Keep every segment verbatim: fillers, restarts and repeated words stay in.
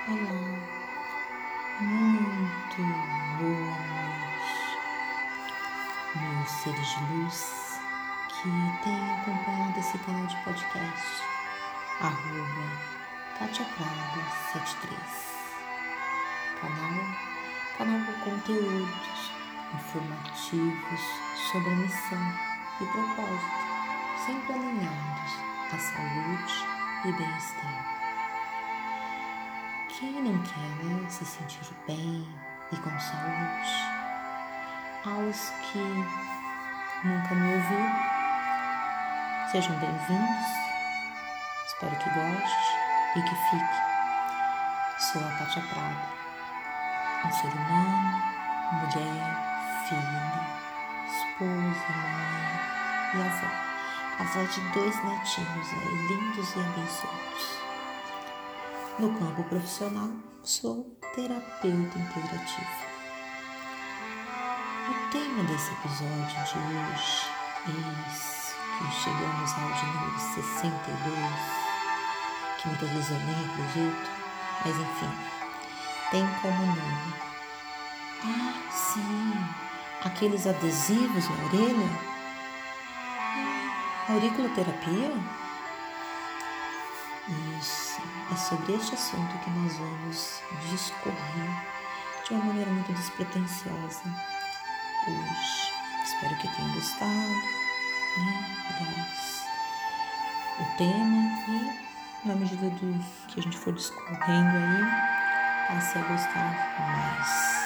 Olá, muito boa noite, meus seres de luz que têm acompanhado esse canal de podcast, arroba Kátia Prado setenta e três, canal, canal com conteúdos informativos sobre a missão e propósito, sempre alinhados à saúde e bem-estar. Quem não quer, né, se sentir bem e com saúde? Aos que nunca me ouviram, sejam bem-vindos, espero que goste e que fique. Sou a Kátia Prado, um ser humano, mulher, filha, esposa, mãe e avó, avó de dois netinhos aí, lindos e abençoados. No campo profissional, sou terapeuta integrativa. O tema desse episódio de hoje, eis que chegamos ao de número sessenta e dois, que muitas vezes eu nem acredito, mas enfim, tem como nome. Ah, sim, aqueles adesivos na orelha? Auriculoterapia? Isso, é sobre este assunto que nós vamos discorrer de uma maneira muito despretensiosa hoje. Espero que tenham gostado, né, das, o tema e, na medida do que a gente for discorrendo aí, passe a gostar mais.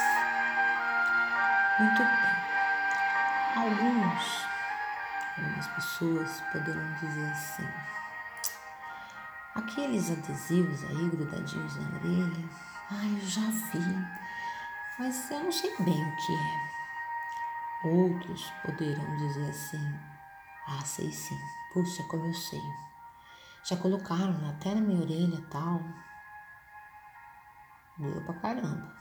Muito bem. Alguns, algumas pessoas poderão dizer assim: aqueles adesivos aí grudadinhos na orelha, ah, eu já vi, mas eu não sei bem o que é. Outros poderão dizer assim: ah, sei sim, puxa, como eu sei. Já colocaram até na minha orelha e tal. Doeu pra caramba.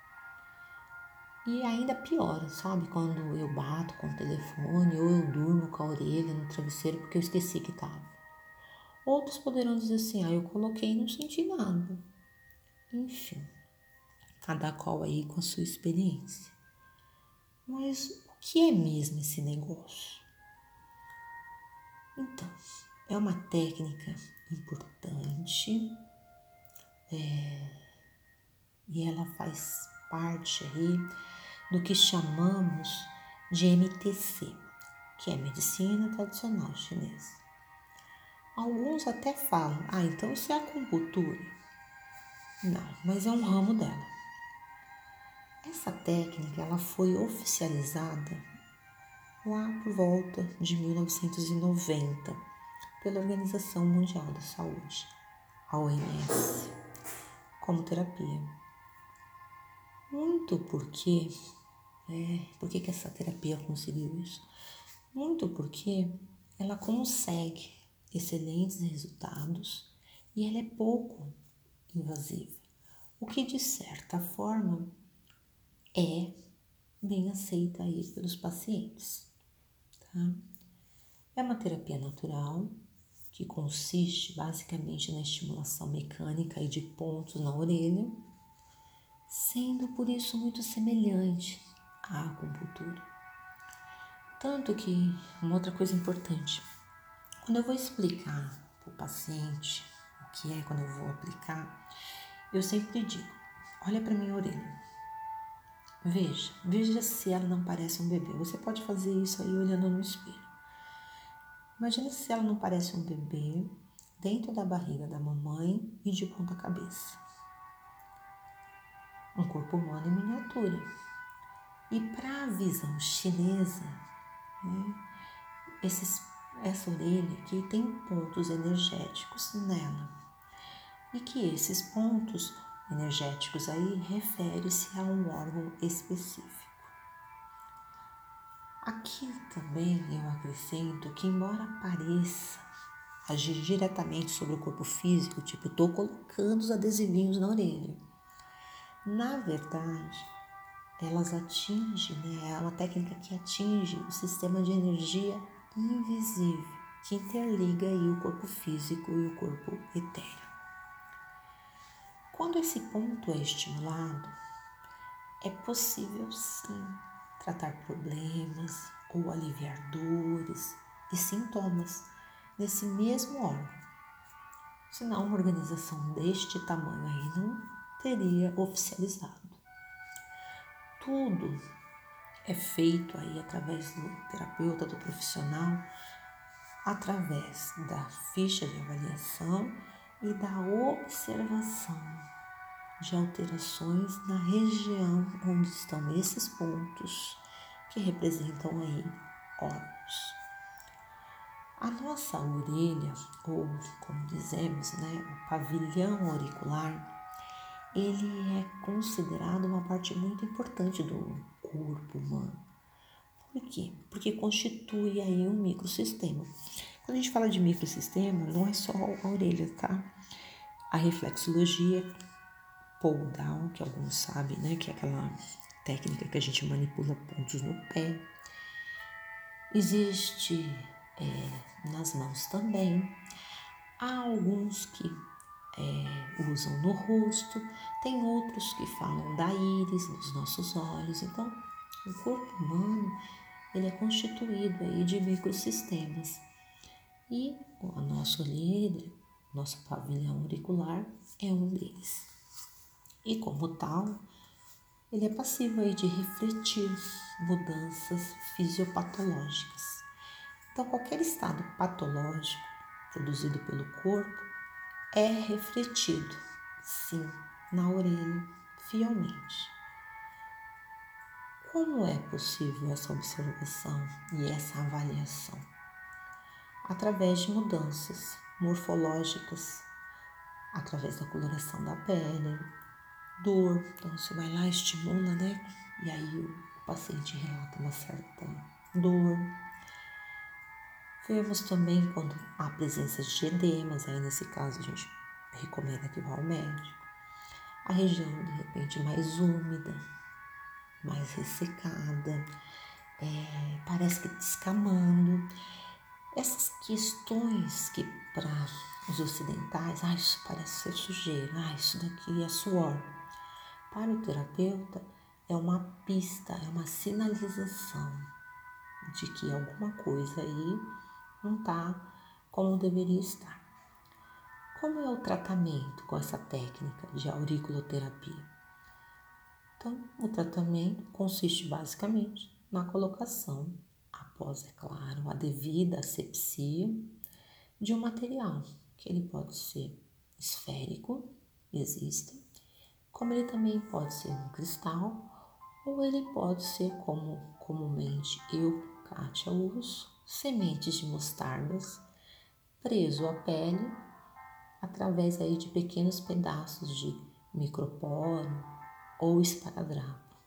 E ainda piora, sabe? Quando eu bato com o telefone ou eu durmo com a orelha no travesseiro porque eu esqueci que tava. Outros poderão dizer assim: ah, eu coloquei e não senti nada. Enfim, cada qual aí com a sua experiência. Mas o que é mesmo esse negócio? Então, é uma técnica importante é, e ela faz parte aí do que chamamos de M T C, que é Medicina Tradicional Chinesa. Alguns até falam: ah, então isso é acupuntura. Não, mas é um ramo dela. Essa técnica ela foi oficializada lá por volta de mil novecentos e noventa pela Organização Mundial da Saúde, a O M S, como terapia. Muito porque, é, por que que essa terapia conseguiu isso? Muito porque ela consegue excelentes resultados e ela é pouco invasiva, o que de certa forma é bem aceita aí pelos pacientes, tá? É uma terapia natural que consiste basicamente na estimulação mecânica e de pontos na orelha, sendo por isso muito semelhante à acupuntura. Tanto que, uma outra coisa importante, quando eu vou explicar para o paciente o que é quando eu vou aplicar, eu sempre digo: olha para minha orelha, veja, veja se ela não parece um bebê. Você pode fazer isso aí olhando no espelho. Imagina se ela não parece um bebê dentro da barriga da mamãe e de ponta cabeça. Um corpo humano em miniatura. E para a visão chinesa, né, esses, essa orelha aqui tem pontos energéticos nela. E que esses pontos energéticos aí referem-se a um órgão específico. Aqui também eu acrescento que, embora pareça agir diretamente sobre o corpo físico, tipo, estou colocando os adesivinhos na orelha, na verdade, elas atingem, né? É uma técnica que atinge o sistema de energia invisível, que interliga aí o corpo físico e o corpo etéreo. Quando esse ponto é estimulado, é possível sim tratar problemas ou aliviar dores e sintomas nesse mesmo órgão. Senão, uma organização deste tamanho aí não teria oficializado. Tudo é feito aí através do terapeuta, do profissional, através da ficha de avaliação e da observação de alterações na região onde estão esses pontos que representam aí órgãos. A nossa orelha, ou como dizemos, né, o pavilhão auricular, ele é considerado uma parte muito importante do corpo humano. Por quê? Porque constitui aí um microsistema. Quando a gente fala de microsistema, não é só a orelha, tá? A reflexologia, pull down, que alguns sabem, né? Que é aquela técnica que a gente manipula pontos no pé. Existe é, nas mãos também. Há alguns que é, usam no rosto, tem outros que falam da íris, dos nossos olhos. Então, o corpo humano ele é constituído aí de microsistemas. E a nossa orelha, nosso pavilhão auricular é um deles. E como tal, ele é passível aí de refletir mudanças fisiopatológicas. Então, qualquer estado patológico produzido pelo corpo é refletido, sim, na orelha, fielmente. Como é possível essa observação e essa avaliação? Através de mudanças morfológicas, através da coloração da pele, dor. Então, você vai lá, estimula, né? E aí o paciente relata uma certa dor. Vemos também quando há presença de edemas, aí nesse caso a gente recomenda que vá ao médico. A região, de repente, mais úmida, mais ressecada, é, parece que descamando. Essas questões que para os ocidentais, ah, isso parece ser sujeira, ah, isso daqui é suor. Para o terapeuta é uma pista, é uma sinalização de que alguma coisa aí não está como deveria estar. Como é o tratamento com essa técnica de auriculoterapia? Então, o tratamento consiste basicamente na colocação, após, é claro, a devida asepsia, de um material, que ele pode ser esférico, existe, como ele também pode ser um cristal, ou ele pode ser, como comumente eu, Kátia, uso, sementes de mostardas, preso à pele, através aí de pequenos pedaços de microporo ou esparadrapo,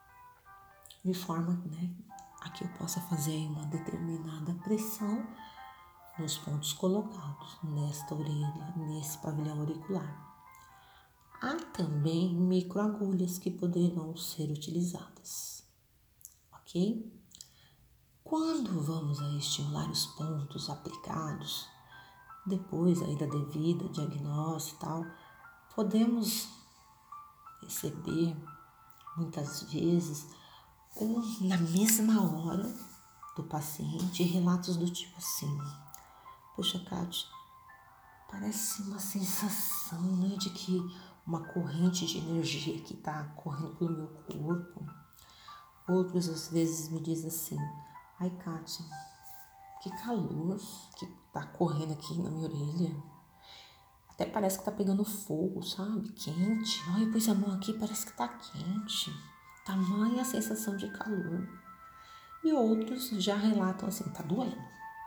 de forma, né, a que eu possa fazer uma determinada pressão nos pontos colocados nesta orelha, nesse pavilhão auricular. Há também microagulhas que poderão ser utilizadas, ok? Quando vamos a estimular os pontos aplicados, depois aí da devida diagnóstico e tal, podemos receber muitas vezes ou na mesma hora do paciente relatos do tipo assim: poxa, Kátia, parece uma sensação, né, de que uma corrente de energia que está correndo pelo meu corpo. Outros às vezes me dizem assim: ai, Kátia, que calor que tá correndo aqui na minha orelha. Até parece que tá pegando fogo, sabe? Quente. Ai, eu pus a mão aqui, parece que tá quente. Tamanha a sensação de calor. E outros já relatam assim: tá doendo.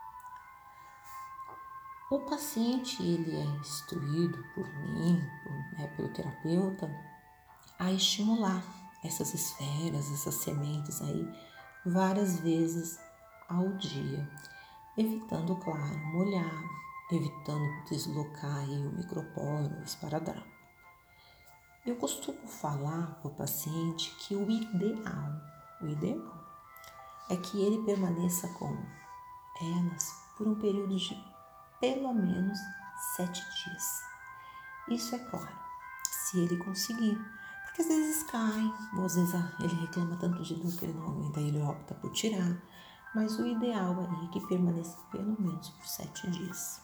O paciente, ele é instruído por mim, por, né, pelo terapeuta, a estimular essas esferas, essas sementes aí, várias vezes ao dia, evitando, claro, molhar, evitando deslocar aí o microporo, o esparadrapo. Eu costumo falar para o paciente que o ideal, o ideal é que ele permaneça com elas por um período de pelo menos sete dias. Isso é claro, se ele conseguir. Porque às vezes cai, ou às vezes ele reclama tanto de dor que ele não aguenta e ele opta por tirar. Mas o ideal é que permaneça pelo menos por sete dias.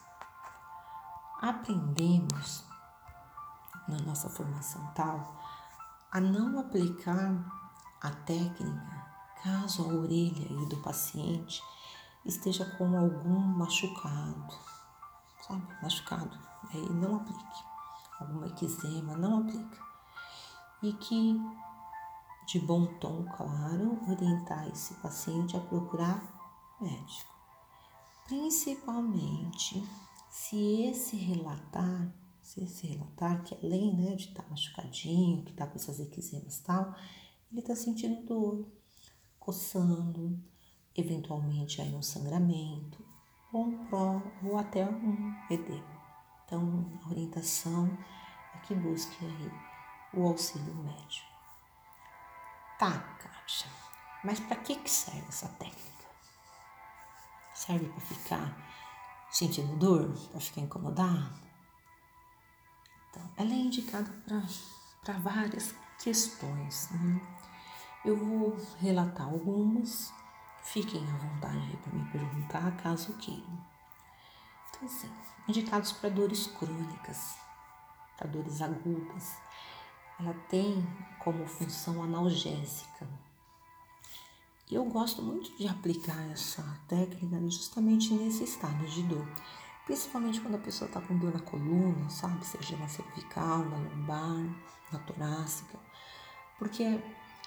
Aprendemos na nossa formação tal a não aplicar a técnica caso a orelha aí do paciente esteja com algum machucado, sabe? Machucado, aí não aplique. Alguma eczema, não aplica. E que, de bom tom, claro, orientar esse paciente a procurar médico. Principalmente se esse relatar, se esse relatar que além, né, de estar tá machucadinho, que está com essas eczemas e tal, ele está sentindo dor, coçando, eventualmente aí um sangramento, ou um pró, ou até um edema. Então, a orientação é que busque aí o auxílio médico. Tá, Kátia, mas para que que serve essa técnica? Serve para ficar sentindo dor? Para ficar incomodado? Então, ela é indicada para várias questões, né? Eu vou relatar algumas, fiquem à vontade para me perguntar caso queiram. Então, assim, indicados para dores crônicas, para dores agudas. Ela tem como função analgésica. E eu gosto muito de aplicar essa técnica justamente nesse estado de dor. Principalmente quando a pessoa está com dor na coluna, sabe? Seja na cervical, na lombar, na torácica. Porque é,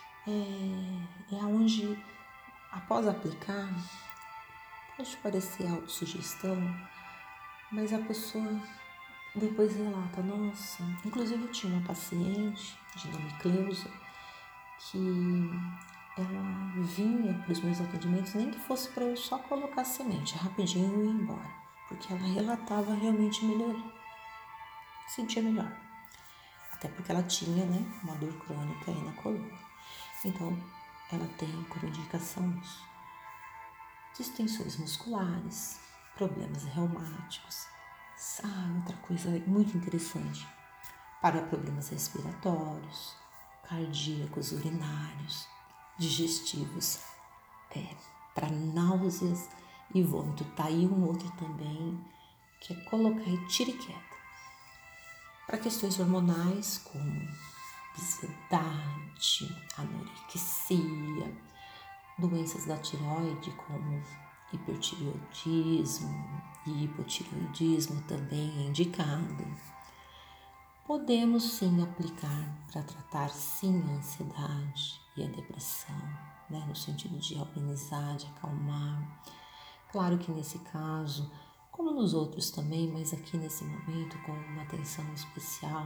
é onde, após aplicar, pode parecer autossugestão, mas a pessoa depois relata, nossa, inclusive eu tinha uma paciente de nome Cleusa, que ela vinha para os meus atendimentos, nem que fosse para eu só colocar semente, rapidinho e ir embora, porque ela relatava realmente melhoria, sentia melhor, até porque ela tinha, né, uma dor crônica aí na coluna. Então, ela tem como indicação isso: distensões musculares, problemas reumáticos. Ah, outra coisa muito interessante, para problemas respiratórios, cardíacos, urinários, digestivos, é, para náuseas e vômito. Tá aí um outro também, que é colocar etiriqueta. Para questões hormonais, como obesidade, anorexia, doenças da tireoide, como hipertireoidismo e hipotireoidismo também é indicado. Podemos sim aplicar para tratar sim a ansiedade e a depressão, né, no sentido de amenizar, de acalmar. Claro que nesse caso, como nos outros também, mas aqui nesse momento com uma atenção especial,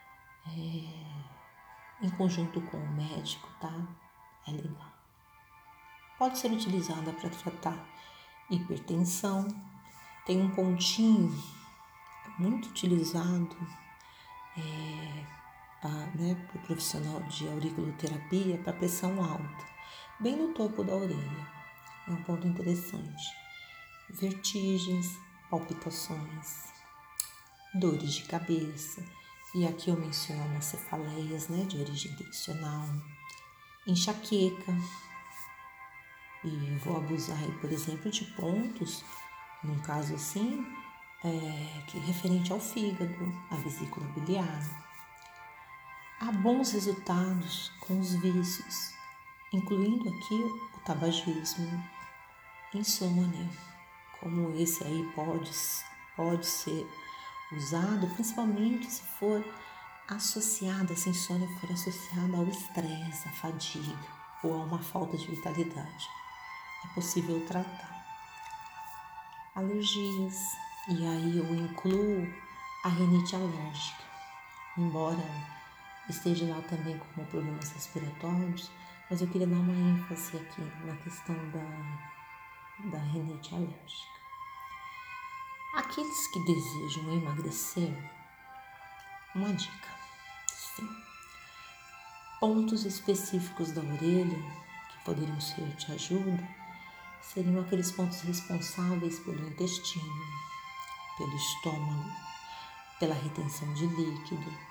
é, em conjunto com o médico, tá? É legal. Pode ser utilizada para tratar hipertensão. Tem um pontinho muito utilizado é, né, para o profissional de auriculoterapia para pressão alta, bem no topo da orelha. É um ponto interessante. Vertigens, palpitações, dores de cabeça, e aqui eu menciono as cefaleias, né, de origem tensional, enxaqueca, e vou abusar aí, por exemplo, de pontos, num caso assim, é, que é referente ao fígado, à vesícula biliar. Há bons resultados com os vícios, incluindo aqui o tabagismo, insônia, como esse aí pode, pode ser usado, principalmente se for associada, essa insônia for associada ao estresse, à fadiga ou a uma falta de vitalidade. É possível tratar. Alergias, e aí eu incluo a rinite alérgica, embora esteja lá também como problemas respiratórios, mas eu queria dar uma ênfase aqui na questão da, da rinite alérgica. Aqueles que desejam emagrecer, uma dica, sim, pontos específicos da orelha que poderiam ser de ajuda seriam aqueles pontos responsáveis pelo intestino, pelo estômago, pela retenção de líquido,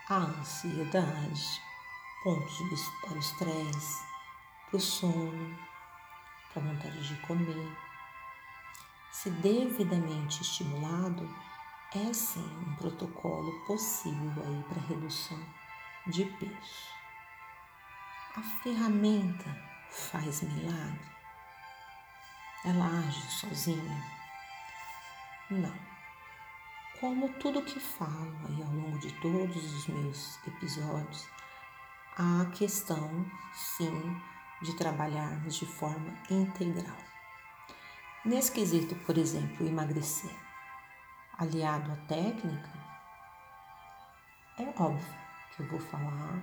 a ansiedade, pontos para o estresse, para o sono, para a vontade de comer. Se devidamente estimulado, é sim um protocolo possível aí para redução de peso. A ferramenta faz milagre? Ela age sozinha? Não. Como tudo que falo aí ao longo de todos os meus episódios, há a questão, sim, de trabalharmos de forma integral. Nesse quesito, por exemplo, emagrecer, aliado à técnica, é óbvio que eu vou falar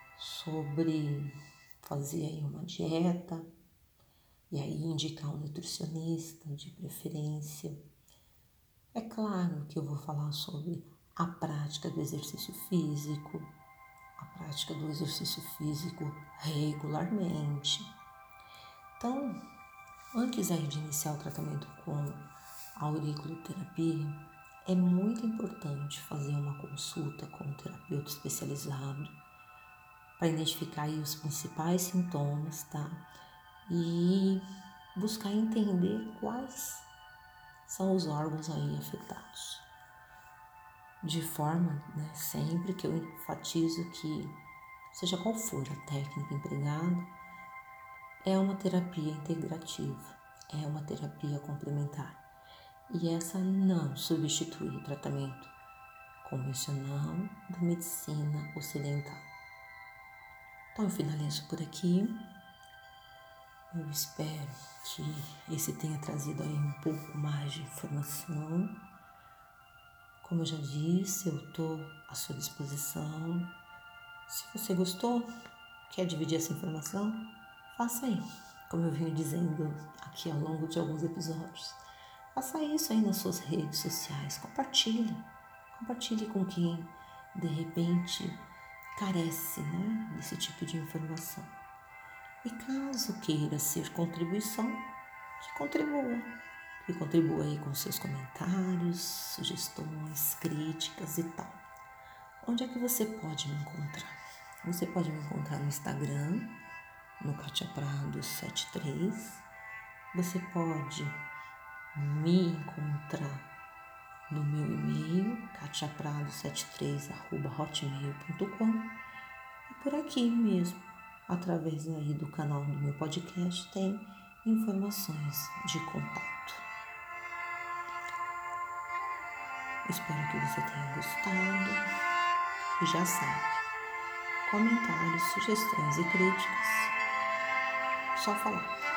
sobre fazer aí uma dieta e aí indicar um nutricionista de preferência. É claro que eu vou falar sobre a prática do exercício físico, a prática do exercício físico regularmente. Então, antes aí de iniciar o tratamento com a auriculoterapia, é muito importante fazer uma consulta com um terapeuta especializado para identificar aí os principais sintomas, tá? E buscar entender quais são os órgãos aí afetados. De forma, né, sempre que eu enfatizo que, seja qual for a técnica empregada, é uma terapia integrativa, é uma terapia complementar. E essa não substitui o tratamento convencional da medicina ocidental. Então eu finalizo por aqui. Eu espero que esse tenha trazido aí um pouco mais de informação. Como eu já disse, eu estou à sua disposição. Se você gostou, quer dividir essa informação, faça aí. Como eu venho dizendo aqui ao longo de alguns episódios, faça isso aí nas suas redes sociais. Compartilhe. Compartilhe com quem, de repente, carece, né, desse tipo de informação. E caso queira ser contribuição, que contribua. Que contribua aí com seus comentários, sugestões, críticas e tal. Onde é que você pode me encontrar? Você pode me encontrar no Instagram, no Kátia Prado setenta e três. Você pode me encontrar no meu e-mail, katia prado setenta e três arroba hotmail ponto com, e por aqui mesmo, através aí do canal do meu podcast, tem informações de contato. Espero que você tenha gostado e já sabe, comentários, sugestões e críticas, só falar.